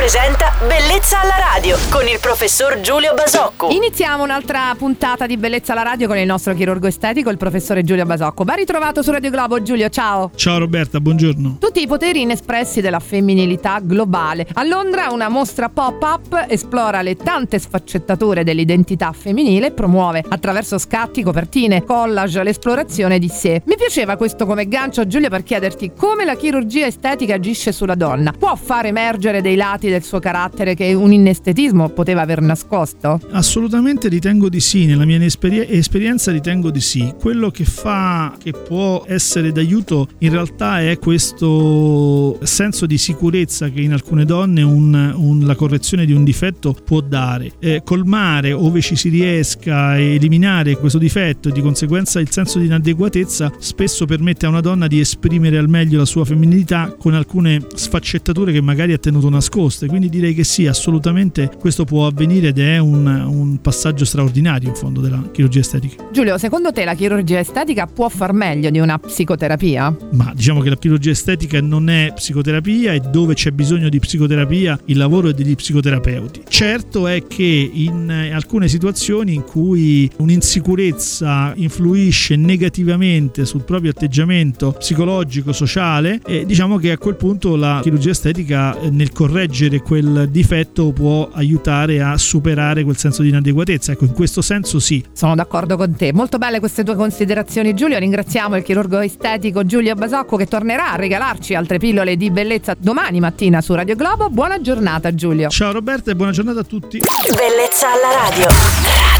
presenta Bellezza alla radio con il professor Giulio Basocco. Iniziamo un'altra puntata di Bellezza alla radio con il nostro chirurgo estetico, il professore Giulio Basocco. Ben ritrovato su Radio Globo, Giulio, ciao. Ciao Roberta, buongiorno. Tutti i poteri inespressi della femminilità globale. A Londra una mostra pop-up esplora le tante sfaccettature dell'identità femminile e promuove attraverso scatti, copertine, collage l'esplorazione di sé. Mi piaceva questo come gancio, Giulio, per chiederti come la chirurgia estetica agisce sulla donna. Può far emergere dei lati del suo carattere che un inestetismo poteva aver nascosto? Assolutamente ritengo di sì, nella mia esperienza ritengo di sì. Quello che può essere d'aiuto in realtà è questo senso di sicurezza che in alcune donne la correzione di un difetto può dare. Colmare ove ci si riesca, eliminare questo difetto e di conseguenza il senso di inadeguatezza spesso permette a una donna di esprimere al meglio la sua femminilità con alcune sfaccettature che magari ha tenuto nascoste. Quindi direi che sì, assolutamente questo può avvenire ed è un passaggio straordinario in fondo della chirurgia estetica. Giulio, secondo te la chirurgia estetica può far meglio di una psicoterapia? Ma diciamo che la chirurgia estetica non è psicoterapia e dove c'è bisogno di psicoterapia il lavoro è degli psicoterapeuti. Certo è che in alcune situazioni in cui un'insicurezza influisce negativamente sul proprio atteggiamento psicologico, sociale, diciamo che a quel punto la chirurgia estetica nel correggere quel difetto può aiutare a superare quel senso di inadeguatezza. Ecco, in questo senso sì. Sono d'accordo con te. Molto belle queste tue considerazioni, Giulio. Ringraziamo il chirurgo estetico Giulio Basocco che tornerà a regalarci altre pillole di bellezza domani mattina su Radio Globo. Buona giornata, Giulio. Ciao Roberta e buona giornata a tutti. Bellezza alla radio.